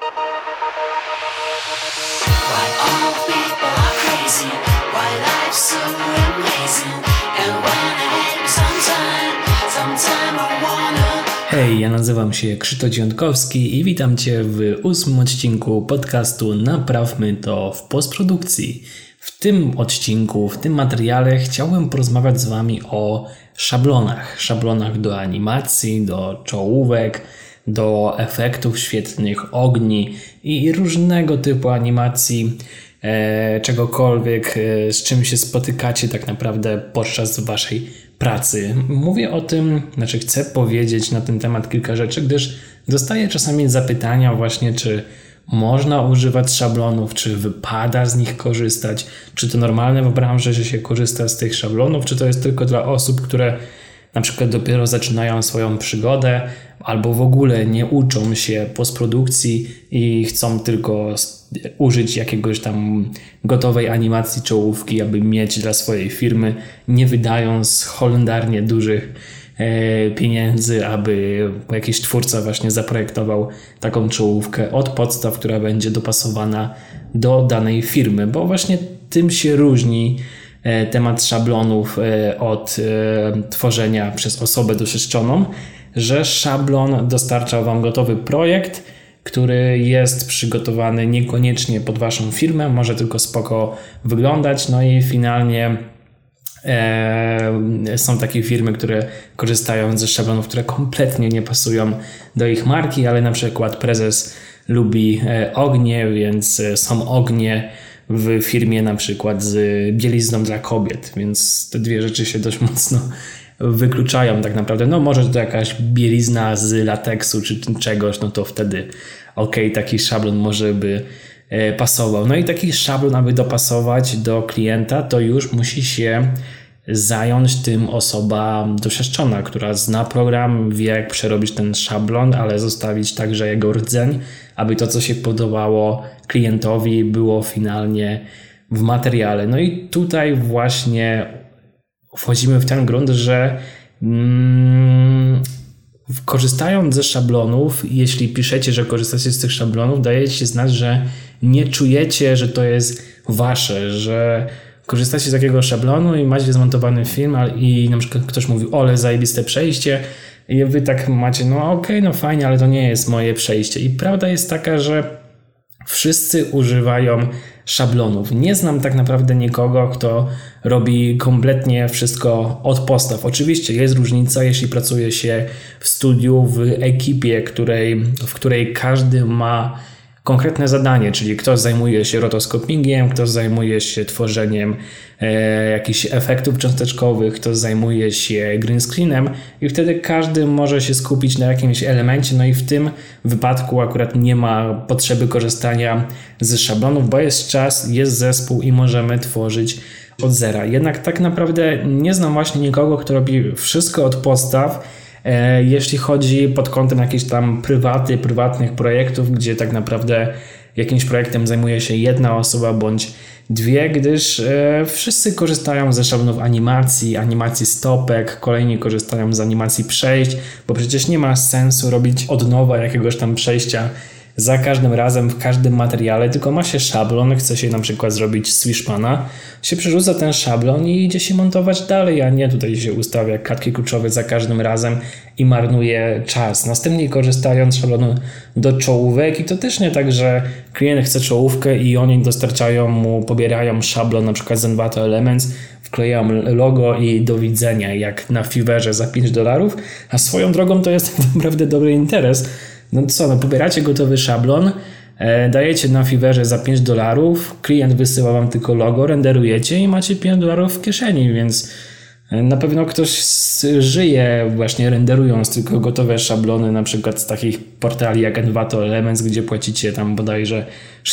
Why all people are crazy? Why life's so amazing? And when I have sometime I wanna. Hej, ja nazywam się Krzysztof Dziątkowski i witam Cię w 8. odcinku podcastu Naprawmy to w postprodukcji. W tym odcinku, w tym materiale chciałbym porozmawiać z Wami o szablonach. Szablonach do animacji, do czołówek, do efektów świetnych, ogni i różnego typu animacji, czegokolwiek, z czym się spotykacie tak naprawdę podczas Waszej pracy. Mówię o tym, chcę powiedzieć na ten temat kilka rzeczy, gdyż dostaję czasami zapytania właśnie, czy można używać szablonów, czy wypada z nich korzystać, czy to normalne w branży, że się korzysta z tych szablonów, czy to jest tylko dla osób, które na przykład dopiero zaczynają swoją przygodę albo w ogóle nie uczą się postprodukcji i chcą tylko użyć jakiegoś tam gotowej animacji czołówki, aby mieć dla swojej firmy, nie wydając holendarnie dużych pieniędzy, aby jakiś twórca właśnie zaprojektował taką czołówkę od podstaw, która będzie dopasowana do danej firmy, bo właśnie tym się różni temat szablonów od tworzenia przez osobę doświadczoną, że szablon dostarcza Wam gotowy projekt, który jest przygotowany niekoniecznie pod Waszą firmę, może tylko spoko wyglądać, no i finalnie są takie firmy, które korzystają ze szablonów, które kompletnie nie pasują do ich marki, ale na przykład prezes lubi ognie, więc są ognie w firmie na przykład z bielizną dla kobiet, więc te dwie rzeczy się dość mocno wykluczają tak naprawdę. No może to jakaś bielizna z lateksu czy czegoś, no to wtedy taki szablon może by pasował. No i taki szablon, aby dopasować do klienta, to już musi się zająć tym osoba doświadczona, która zna program, wie jak przerobić ten szablon, ale zostawić także jego rdzeń, aby to, co się podobało klientowi, było finalnie w materiale. No i tutaj właśnie wchodzimy w ten grunt, że korzystając ze szablonów, jeśli piszecie, że korzystacie z tych szablonów, dajecie znać, że nie czujecie, że to jest wasze, że korzystacie z takiego szablonu i macie zmontowany film i na przykład ktoś mówi, ole zajebiste przejście i wy tak macie, no fajnie, ale to nie jest moje przejście. I prawda jest taka, że wszyscy używają szablonów. Nie znam tak naprawdę nikogo, kto robi kompletnie wszystko od podstaw. Oczywiście jest różnica, jeśli pracuje się w studiu, w ekipie, w której każdy ma konkretne zadanie, czyli ktoś zajmuje się rotoskopingiem, ktoś zajmuje się tworzeniem jakichś efektów cząsteczkowych, ktoś zajmuje się green screenem i wtedy każdy może się skupić na jakimś elemencie, no i w tym wypadku akurat nie ma potrzeby korzystania ze szablonów, bo jest czas, jest zespół i możemy tworzyć od zera. Jednak tak naprawdę nie znam właśnie nikogo, kto robi wszystko od podstaw, jeśli chodzi pod kątem jakichś tam prywatnych projektów, gdzie tak naprawdę jakimś projektem zajmuje się jedna osoba bądź dwie, gdyż wszyscy korzystają ze szablonów animacji stopek, kolejni korzystają z animacji przejść, bo przecież nie ma sensu robić od nowa jakiegoś tam przejścia za każdym razem w każdym materiale, tylko ma się szablon, chce się na przykład zrobić swishpana, się przerzuca ten szablon i idzie się montować dalej, a nie tutaj się ustawia kartki kluczowe za każdym razem i marnuje czas. Następnie korzystając z szablonu do czołówek i to też nie tak, że klient chce czołówkę i oni dostarczają mu, pobierają szablon na przykład z Envato Elements, wklejają logo i do widzenia jak na Fiverrze za $5, a swoją drogą to jest tak naprawdę dobry interes. Pobieracie gotowy szablon, dajecie na Fiverrze za $5, klient wysyła Wam tylko logo, renderujecie i macie $5 w kieszeni, więc na pewno ktoś żyje właśnie renderując tylko gotowe szablony, na przykład z takich portali jak Envato Elements, gdzie płacicie tam bodajże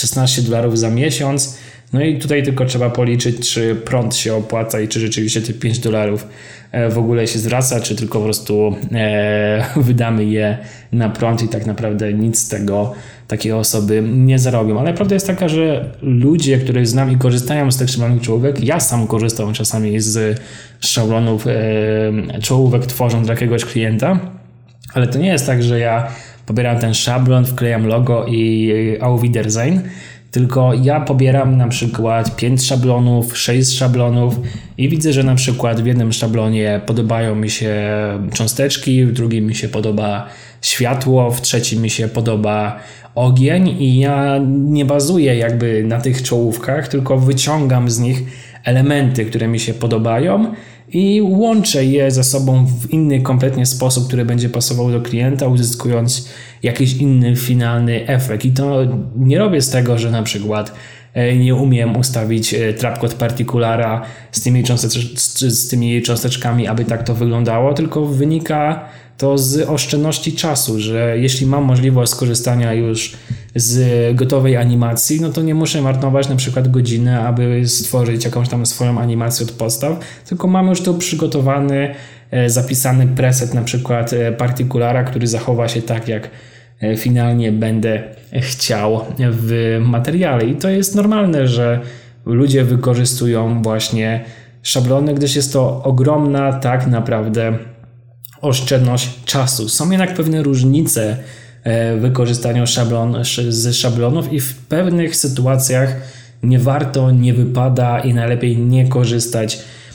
$16 za miesiąc. No i tutaj tylko trzeba policzyć, czy prąd się opłaca i czy rzeczywiście te $5 w ogóle się zwraca, czy tylko po prostu wydamy je na prąd i tak naprawdę nic z tego takie osoby nie zarobią. Ale prawda jest taka, że ludzie, których znam i korzystają z tych szablonowych czołówek, ja sam korzystam czasami z szablonów czołówek tworząc dla jakiegoś klienta, ale to nie jest tak, że ja pobieram ten szablon, wklejam logo i Auf Wiedersehen. Tylko ja pobieram na przykład 5 szablonów, 6 szablonów i widzę, że na przykład w jednym szablonie podobają mi się cząsteczki, w drugim mi się podoba światło, w trzecim mi się podoba ogień i ja nie bazuję jakby na tych czołówkach, tylko wyciągam z nich elementy, które mi się podobają i łączę je ze sobą w inny kompletnie sposób, który będzie pasował do klienta, uzyskując jakiś inny finalny efekt. I to nie robię z tego, że na przykład nie umiem ustawić trapcode partikulara z tymi cząsteczkami, aby tak to wyglądało, tylko wynika to z oszczędności czasu, że jeśli mam możliwość skorzystania już z gotowej animacji, no to nie muszę marnować na przykład godziny, aby stworzyć jakąś tam swoją animację od podstaw, tylko mam już tu przygotowany, zapisany preset na przykład partikulara, który zachowa się tak, jak finalnie będę chciał w materiale. I to jest normalne, że ludzie wykorzystują właśnie szablony, gdyż jest to ogromna tak naprawdę oszczędność czasu. Są jednak pewne różnice w wykorzystaniu ze szablonów i w pewnych sytuacjach nie warto, nie wypada i najlepiej nie korzystać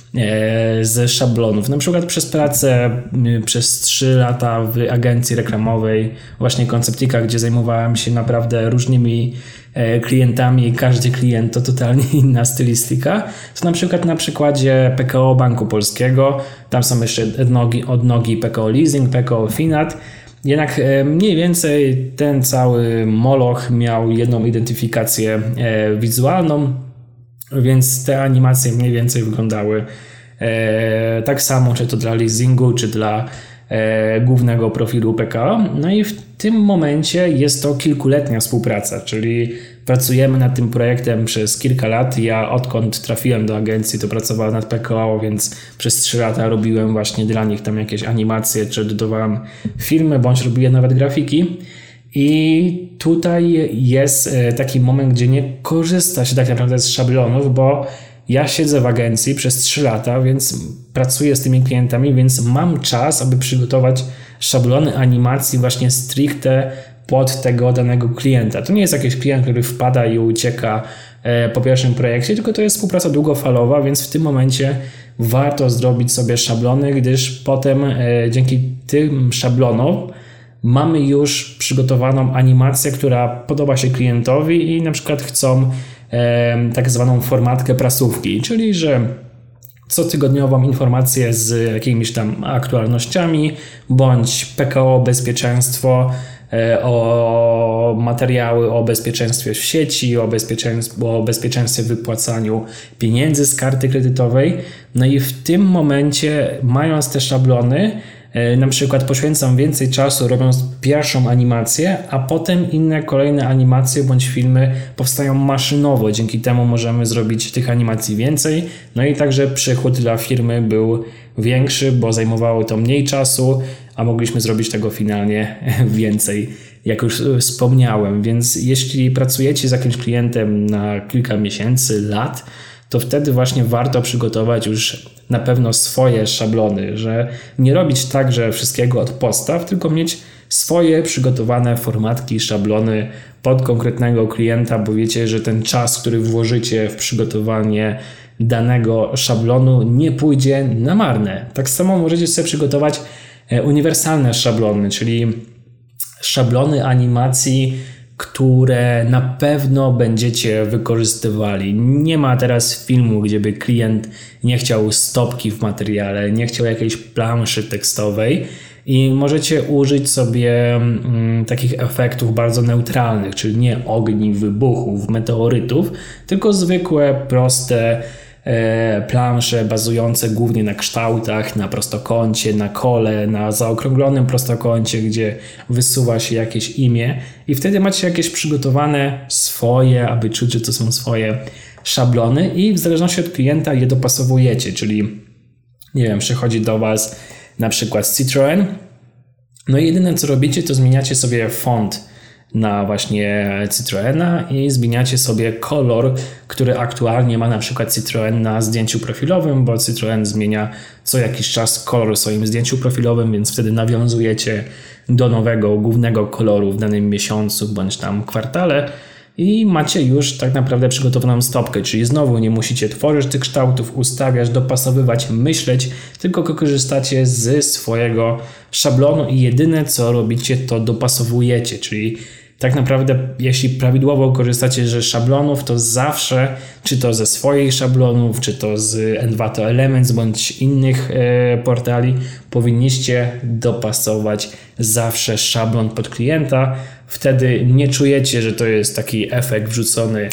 ze szablonów. Na przykład przez pracę przez 3 lata w agencji reklamowej, właśnie Konceptika, gdzie zajmowałem się naprawdę różnymi klientami, każdy klient to totalnie inna stylistyka, to na przykład na przykładzie PKO Banku Polskiego, tam są jeszcze odnogi PKO Leasing, PKO Finat, jednak mniej więcej ten cały moloch miał jedną identyfikację wizualną, więc te animacje mniej więcej wyglądały tak samo, czy to dla leasingu, czy dla głównego profilu PKO. No i w tym momencie jest to kilkuletnia współpraca, czyli pracujemy nad tym projektem przez kilka lat. Ja odkąd trafiłem do agencji, to pracowałem nad PKO, więc przez 3 lata robiłem właśnie dla nich tam jakieś animacje, czy dodawałem filmy, bądź robiłem nawet grafiki. I tutaj jest taki moment, gdzie nie korzysta się tak naprawdę z szablonów, bo ja siedzę w agencji przez 3 lata, więc pracuję z tymi klientami, więc mam czas, aby przygotować szablony animacji właśnie stricte pod tego danego klienta. To nie jest jakiś klient, który wpada i ucieka po pierwszym projekcie, tylko to jest współpraca długofalowa, więc w tym momencie warto zrobić sobie szablony, gdyż potem dzięki tym szablonom mamy już przygotowaną animację, która podoba się klientowi i na przykład chcą tak zwaną formatkę prasówki, czyli że cotygodniową informację z jakimiś tam aktualnościami, bądź PKO bezpieczeństwo, o materiały o bezpieczeństwie w sieci, o bezpieczeństwie w wypłacaniu pieniędzy z karty kredytowej. No i w tym momencie, mając te szablony, na przykład poświęcam więcej czasu robiąc pierwszą animację, a potem inne kolejne animacje bądź filmy powstają maszynowo. Dzięki temu możemy zrobić tych animacji więcej. No i także przychód dla firmy był większy, bo zajmowało to mniej czasu, a mogliśmy zrobić tego finalnie więcej, jak już wspomniałem. Więc jeśli pracujecie z jakimś klientem na kilka miesięcy, lat, to wtedy właśnie warto przygotować już na pewno swoje szablony, że nie robić tak, że wszystkiego od podstaw, tylko mieć swoje przygotowane formatki, szablony pod konkretnego klienta, bo wiecie, że ten czas, który włożycie w przygotowanie danego szablonu, nie pójdzie na marne. Tak samo możecie sobie przygotować uniwersalne szablony, czyli szablony animacji, które na pewno będziecie wykorzystywali. Nie ma teraz filmu, gdzie by klient nie chciał stopki w materiale, nie chciał jakiejś planszy tekstowej i możecie użyć sobie takich efektów bardzo neutralnych, czyli nie ogni, wybuchów, meteorytów, tylko zwykłe, proste plansze bazujące głównie na kształtach, na prostokącie, na kole, na zaokrąglonym prostokącie, gdzie wysuwa się jakieś imię i wtedy macie jakieś przygotowane swoje, aby czuć, że to są swoje szablony i w zależności od klienta je dopasowujecie, czyli nie wiem, przychodzi do Was na przykład Citroen, no i jedyne co robicie, to zmieniacie sobie font na właśnie Citroena i zmieniacie sobie kolor, który aktualnie ma na przykład Citroen na zdjęciu profilowym, bo Citroen zmienia co jakiś czas kolor w swoim zdjęciu profilowym, więc wtedy nawiązujecie do nowego głównego koloru w danym miesiącu bądź tam kwartale i macie już tak naprawdę przygotowaną stopkę, czyli znowu nie musicie tworzyć tych kształtów, ustawiać, dopasowywać, myśleć, tylko korzystacie z swojego szablonu i jedyne co robicie to dopasowujecie, czyli tak naprawdę jeśli prawidłowo korzystacie ze szablonów, to zawsze, czy to ze swoich szablonów, czy to z Envato Elements bądź innych portali, powinniście dopasować zawsze szablon pod klienta. Wtedy nie czujecie, że to jest taki efekt wrzucony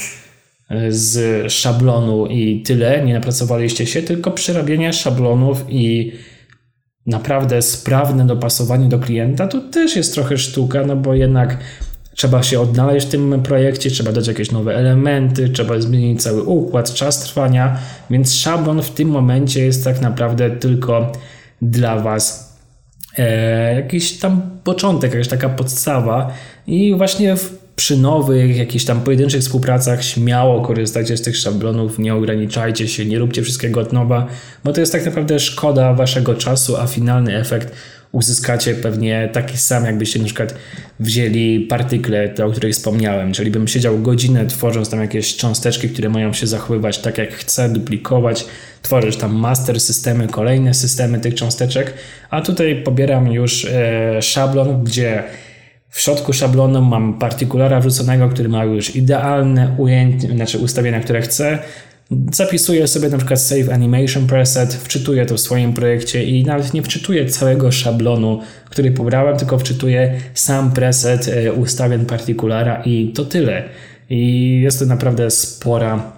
z szablonu i tyle, nie napracowaliście się, tylko przerabianie szablonów i naprawdę sprawne dopasowanie do klienta to też jest trochę sztuka, no bo jednak trzeba się odnaleźć w tym projekcie, trzeba dać jakieś nowe elementy, trzeba zmienić cały układ, czas trwania, więc szablon w tym momencie jest tak naprawdę tylko dla Was jakiś tam początek, jakaś taka podstawa i właśnie przy nowych, jakichś tam pojedynczych współpracach śmiało korzystajcie z tych szablonów, nie ograniczajcie się, nie róbcie wszystkiego od nowa, bo to jest tak naprawdę szkoda Waszego czasu, a finalny efekt uzyskacie pewnie taki sam, jakbyście na przykład wzięli partykle, te, o których wspomniałem, czyli bym siedział godzinę tworząc tam jakieś cząsteczki, które mają się zachowywać tak jak chcę, duplikować, tworzysz tam master systemy, kolejne systemy tych cząsteczek, a tutaj pobieram już szablon, gdzie w środku szablonu mam partykulara wrzuconego, który ma już idealne ustawienia, które chcę. Zapisuję sobie na przykład Save Animation Preset, wczytuję to w swoim projekcie i nawet nie wczytuję całego szablonu, który pobrałem, tylko wczytuję sam preset ustawień partykulara i to tyle. I jest to naprawdę spora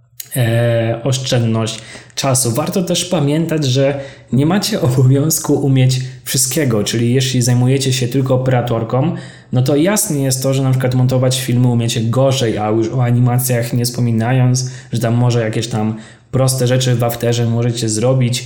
oszczędność czasu. Warto też pamiętać, że nie macie obowiązku umieć wszystkiego, czyli jeśli zajmujecie się tylko operatorką, no to jasne jest to, że na przykład montować filmy umiecie gorzej, a już o animacjach nie wspominając, że tam może jakieś tam proste rzeczy w Afterze możecie zrobić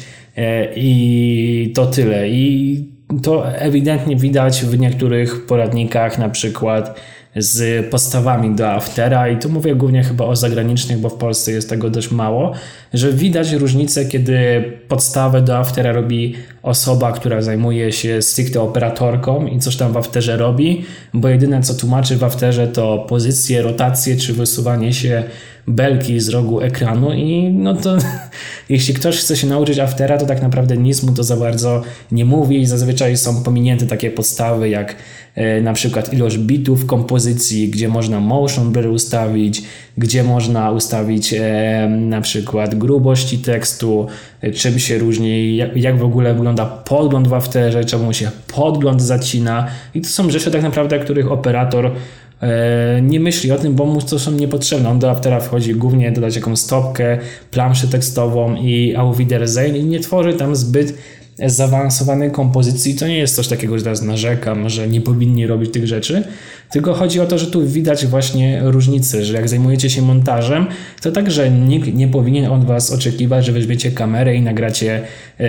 i to tyle. I to ewidentnie widać w niektórych poradnikach, na przykład z podstawami do Aftera i tu mówię głównie chyba o zagranicznych, bo w Polsce jest tego dość mało, że widać różnicę, kiedy podstawę do Aftera robi osoba, która zajmuje się stricte operatorką i coś tam w Afterze robi, bo jedyne co tłumaczy w Afterze to pozycje, rotacje czy wysuwanie się belki z rogu ekranu i no to jeśli ktoś chce się nauczyć Aftera, to tak naprawdę nic mu to za bardzo nie mówi i zazwyczaj są pominięte takie podstawy jak na przykład ilość bitów kompozycji, gdzie można motion blur ustawić, gdzie można ustawić na przykład grubości tekstu, czym się różni, jak w ogóle wygląda podgląd w Afterze, czemu się podgląd zacina i to są rzeczy tak naprawdę, których operator nie myśli o tym, bo mu to są niepotrzebne. On do Aftera wchodzi głównie dodać jakąś stopkę, planszę tekstową i Auf Wiedersehen i nie tworzy tam zbyt zaawansowanej kompozycji. To nie jest coś takiego, że teraz narzekam, że nie powinni robić tych rzeczy, tylko chodzi o to, że tu widać właśnie różnicę, że jak zajmujecie się montażem, to także nikt nie powinien od Was oczekiwać, że weźmiecie kamerę i nagracie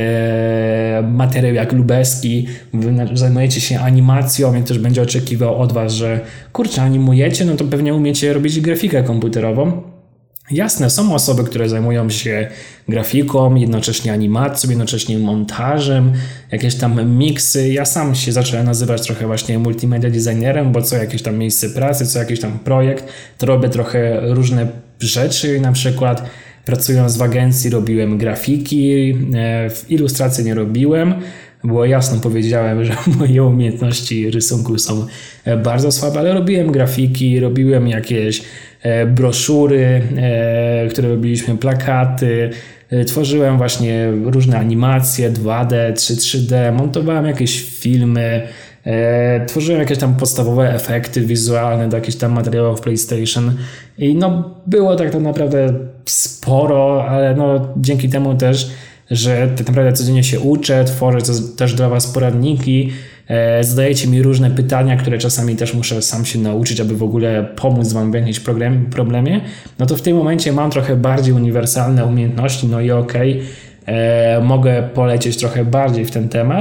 materiał jak Lubeski, zajmujecie się animacją i ktoś będzie oczekiwał od Was, że kurczę, animujecie, no to pewnie umiecie robić grafikę komputerową. Jasne, są osoby, które zajmują się grafiką, jednocześnie animacją, jednocześnie montażem, jakieś tam miksy. Ja sam się zacząłem nazywać trochę właśnie multimedia designerem, bo co jakieś tam miejsce pracy, co jakiś tam projekt, to robię trochę różne rzeczy. Na przykład pracując w agencji robiłem grafiki, w ilustracji nie robiłem, bo jasno powiedziałem, że moje umiejętności rysunku są bardzo słabe, ale robiłem grafiki, robiłem jakieś broszury, które robiliśmy, plakaty, tworzyłem właśnie różne animacje 2D, 3D, montowałem jakieś filmy, tworzyłem jakieś tam podstawowe efekty wizualne do jakichś tam materiałów PlayStation i no było tak naprawdę sporo, ale no dzięki temu też, że tak naprawdę codziennie się uczę, tworzę też dla Was poradniki, zadajecie mi różne pytania, które czasami też muszę sam się nauczyć, aby w ogóle pomóc Wam w jakimś problemie, no to w tym momencie mam trochę bardziej uniwersalne umiejętności, no i okej, mogę polecieć trochę bardziej w ten temat,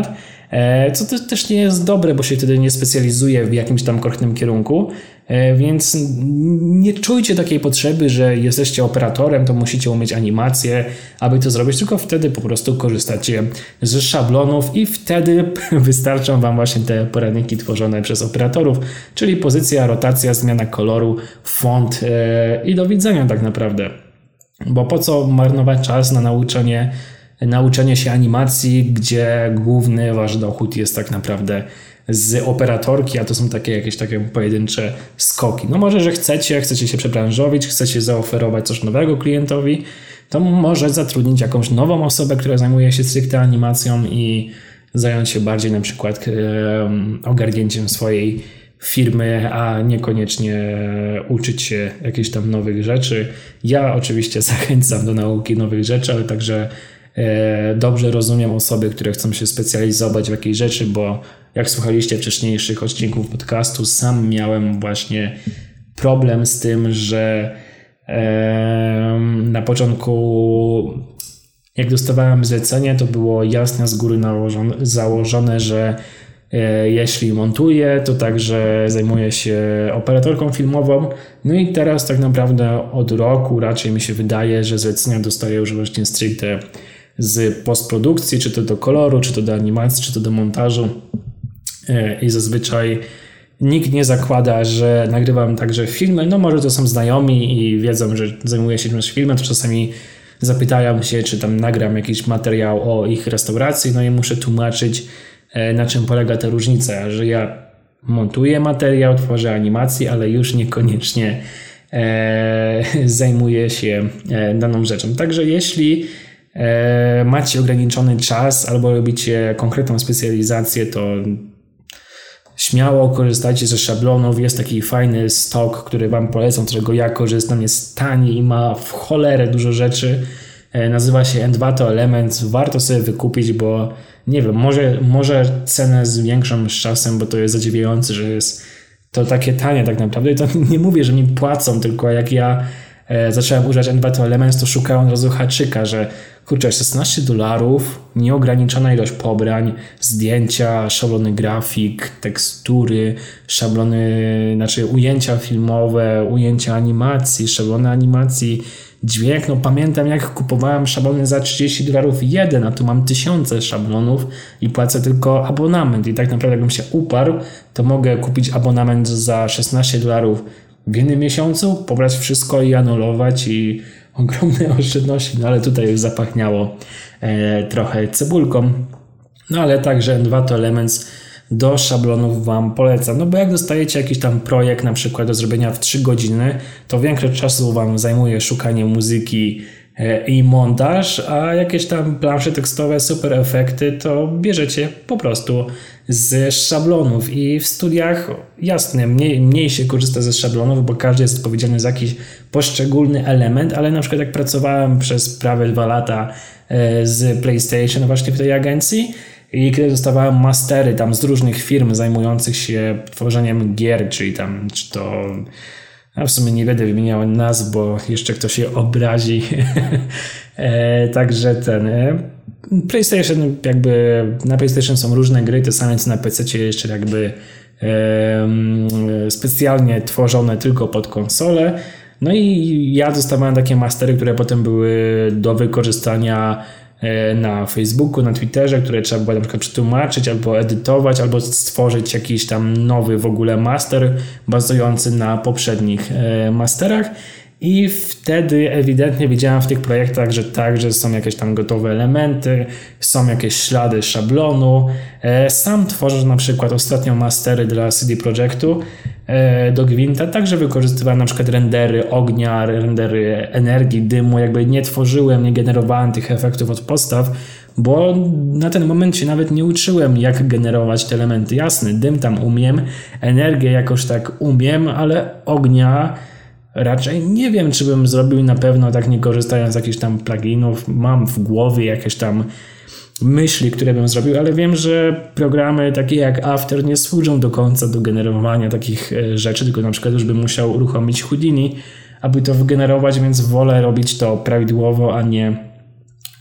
Co też nie jest dobre, bo się wtedy nie specjalizuje w jakimś tam konkretnym kierunku, więc nie czujcie takiej potrzeby, że jesteście operatorem, to musicie umieć animację, aby to zrobić, tylko wtedy po prostu korzystacie z szablonów i wtedy wystarczą wam właśnie te poradniki tworzone przez operatorów, czyli pozycja, rotacja, zmiana koloru, font i do widzenia tak naprawdę. Bo po co marnować czas na nauczenie się animacji, gdzie główny wasz dochód jest tak naprawdę z operatorki, a to są jakieś takie pojedyncze skoki. No może, że chcecie się przebranżowić, chcecie zaoferować coś nowego klientowi, to może zatrudnić jakąś nową osobę, która zajmuje się stricte animacją i zająć się bardziej na przykład ogarnięciem swojej firmy, a niekoniecznie uczyć się jakichś tam nowych rzeczy. Ja oczywiście zachęcam do nauki nowych rzeczy, ale także dobrze rozumiem osoby, które chcą się specjalizować w jakiejś rzeczy, bo jak słuchaliście wcześniejszych odcinków podcastu, sam miałem właśnie problem z tym, że na początku jak dostawałem zlecenie, to było jasno z góry założone, że jeśli montuję, to także zajmuję się operatorką filmową. No i teraz tak naprawdę od roku raczej mi się wydaje, że zlecenia dostaję już właśnie stricte z postprodukcji, czy to do koloru, czy to do animacji, czy to do montażu. I zazwyczaj nikt nie zakłada, że nagrywam także filmy. No może to są znajomi i wiedzą, że zajmuję się czymś filmem, to czasami zapytają się, czy tam nagram jakiś materiał o ich restauracji, no i muszę tłumaczyć, na czym polega ta różnica, że ja montuję materiał, tworzę animację, ale już niekoniecznie zajmuję się daną rzeczą. Także jeśli macie ograniczony czas albo robicie konkretną specjalizację, to śmiało korzystajcie ze szablonów. Jest taki fajny stok, który wam polecam, którego ja korzystam. Jest tani i ma w cholerę dużo rzeczy. Nazywa się Envato Elements. Warto sobie wykupić, bo nie wiem, może cenę zwiększą z czasem, bo to jest zadziwiające, że jest to takie tanie tak naprawdę. I to nie mówię, że mi płacą, tylko jak ja zacząłem używać Envato Elements, to szukałem od razu haczyka, że kurczę, $16, nieograniczona ilość pobrań, zdjęcia, szablony grafik, tekstury, ujęcia filmowe, ujęcia animacji, szablony animacji, dźwięk. No pamiętam, jak kupowałem szablony za $30 jeden, a tu mam tysiące szablonów i płacę tylko abonament. I tak naprawdę jakbym się uparł, to mogę kupić abonament za $16 w jednym miesiącu, pobrać wszystko i anulować i ogromne oszczędności, no ale tutaj już zapachniało trochę cebulką. No ale także Envato Elements do szablonów wam polecam, no bo jak dostajecie jakiś tam projekt na przykład do zrobienia w 3 godziny, to większość czasu wam zajmuje szukanie muzyki i montaż, a jakieś tam plansze tekstowe, super efekty to bierzecie po prostu z szablonów i w studiach jasne, mniej się korzysta ze szablonów, bo każdy jest odpowiedzialny za jakiś poszczególny element, ale na przykład jak pracowałem przez prawie 2 lata z PlayStation właśnie w tej agencji i kiedy dostawałem mastery tam z różnych firm zajmujących się tworzeniem gier, czyli tam czy to a w sumie nie będę wymieniał nazw, bo jeszcze ktoś się obrazi. Także PlayStation na PlayStation są różne gry, te same co na PC jeszcze specjalnie tworzone tylko pod konsolę. No i ja dostawałem takie mastery, które potem były do wykorzystania na Facebooku, na Twitterze, które trzeba było na przykład przetłumaczyć albo edytować, albo stworzyć jakiś tam nowy w ogóle master bazujący na poprzednich masterach i wtedy ewidentnie widziałem w tych projektach, że są jakieś tam gotowe elementy, są jakieś ślady szablonu. Sam tworzę na przykład ostatnio mastery dla CD Projektu do Gwinta, także wykorzystywałem na przykład rendery ognia, rendery energii, dymu, nie tworzyłem, nie generowałem tych efektów od podstaw, bo na ten moment się nawet nie uczyłem, jak generować te elementy. Jasny, dym tam umiem, energię jakoś tak umiem, ale ognia raczej nie wiem, czy bym zrobił na pewno tak nie korzystając z jakichś tam pluginów. Mam w głowie jakieś tam myśli, które bym zrobił, ale wiem, że programy takie jak After nie służą do końca do generowania takich rzeczy, tylko na przykład już bym musiał uruchomić Houdini, aby to wygenerować, więc wolę robić to prawidłowo, a nie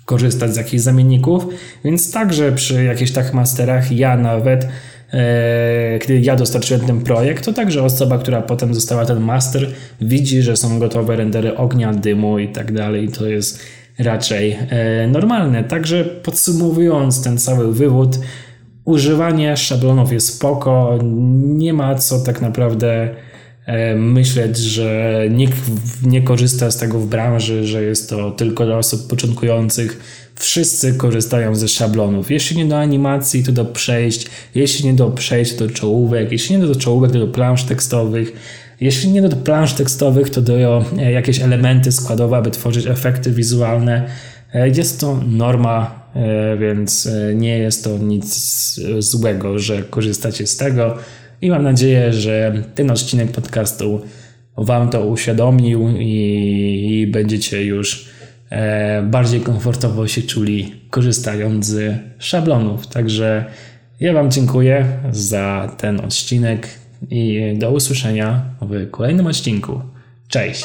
korzystać z jakichś zamienników, więc także przy jakichś tak masterach ja nawet kiedy ja dostarczyłem ten projekt, to także osoba, która potem dostała ten master, widzi, że są gotowe rendery ognia, dymu i tak dalej. To jest raczej normalne. Także podsumowując ten cały wywód, używanie szablonów jest spoko, nie ma co tak naprawdę myśleć, że nikt nie korzysta z tego w branży, że jest to tylko dla osób początkujących. Wszyscy korzystają ze szablonów. Jeśli nie do animacji, to do przejść. Jeśli nie do przejść, to do czołówek. Jeśli nie do czołówek, to do plansz tekstowych. Jeśli nie do plansz tekstowych, to do jakieś elementy składowe, aby tworzyć efekty wizualne. Jest to norma, więc nie jest to nic złego, że korzystacie z tego. I mam nadzieję, że ten odcinek podcastu wam to uświadomił i będziecie już bardziej komfortowo się czuli korzystając z szablonów. Także ja wam dziękuję za ten odcinek i do usłyszenia w kolejnym odcinku. Cześć!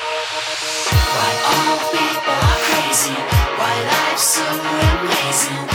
Why all people are crazy? Why life's so amazing?